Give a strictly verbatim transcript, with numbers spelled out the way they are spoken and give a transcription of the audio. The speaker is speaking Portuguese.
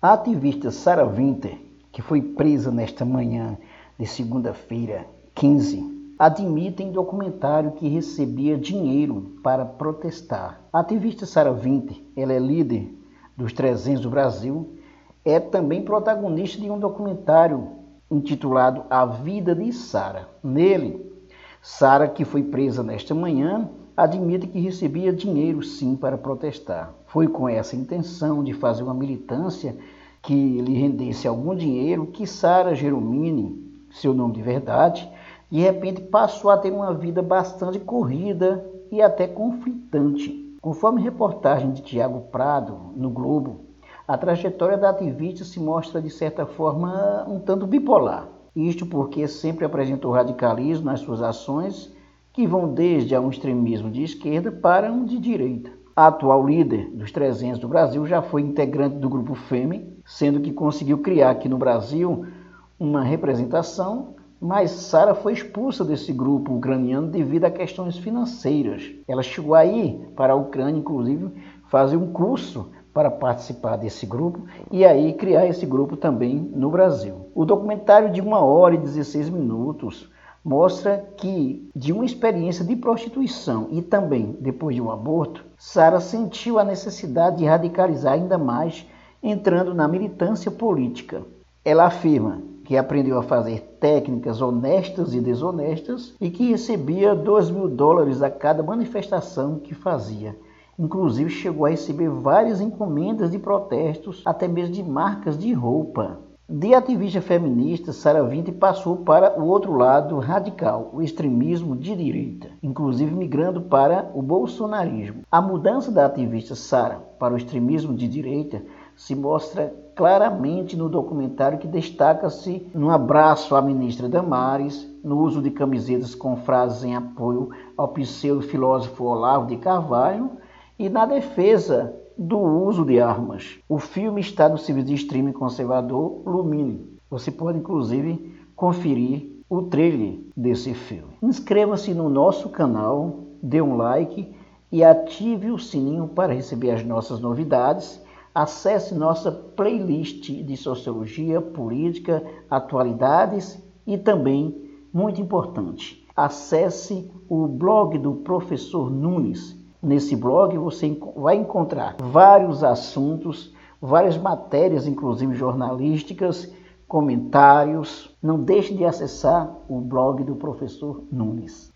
A ativista Sarah Winter, que foi presa nesta manhã de segunda-feira, quinze, admite em documentário que recebia dinheiro para protestar. A ativista Sarah Winter, ela é líder dos trezentos do Brasil, é também protagonista de um documentário intitulado A Vida de Sarah. Nele, Sarah, que foi presa nesta manhã, admite que recebia dinheiro sim para protestar. Foi com essa intenção de fazer uma militância que lhe rendesse algum dinheiro que Sarah Geromini, seu nome de verdade, de repente passou a ter uma vida bastante corrida e até conflitante. Conforme reportagem de Tiago Prado no Globo, a trajetória da ativista se mostra de certa forma um tanto bipolar. Isto porque sempre apresentou radicalismo nas suas ações, que vão desde um extremismo de esquerda para um de direita. A atual líder dos trezentos do Brasil já foi integrante do grupo Fêmea, sendo que conseguiu criar aqui no Brasil uma representação, mas Sarah foi expulsa desse grupo ucraniano devido a questões financeiras. Ela chegou aí para a Ucrânia, inclusive, fazer um curso para participar desse grupo e aí criar esse grupo também no Brasil. O documentário de uma hora e dezesseis minutos mostra que, de uma experiência de prostituição e também depois de um aborto, Sarah sentiu a necessidade de radicalizar ainda mais, entrando na militância política. Ela afirma que aprendeu a fazer técnicas honestas e desonestas e que recebia dois mil dólares a cada manifestação que fazia. Inclusive chegou a receber várias encomendas de protestos, até mesmo de marcas de roupa. De ativista feminista, Sarah Winter passou para o outro lado radical, o extremismo de direita, inclusive migrando para o bolsonarismo. A mudança da ativista Sarah para o extremismo de direita se mostra claramente no documentário, que destaca-se no abraço à ministra Damares, no uso de camisetas com frases em apoio ao pseudo-filósofo Olavo de Carvalho e na defesa do uso de armas. O filme está no serviço de streaming conservador Lumine. Você pode, inclusive, conferir o trailer desse filme. Inscreva-se no nosso canal, dê um like e ative o sininho para receber as nossas novidades. Acesse nossa playlist de sociologia, política, atualidades e também, muito importante, acesse o blog do professor Nunes. Nesse blog você vai encontrar vários assuntos, várias matérias, inclusive jornalísticas, comentários. Não deixe de acessar o blog do professor Nunes.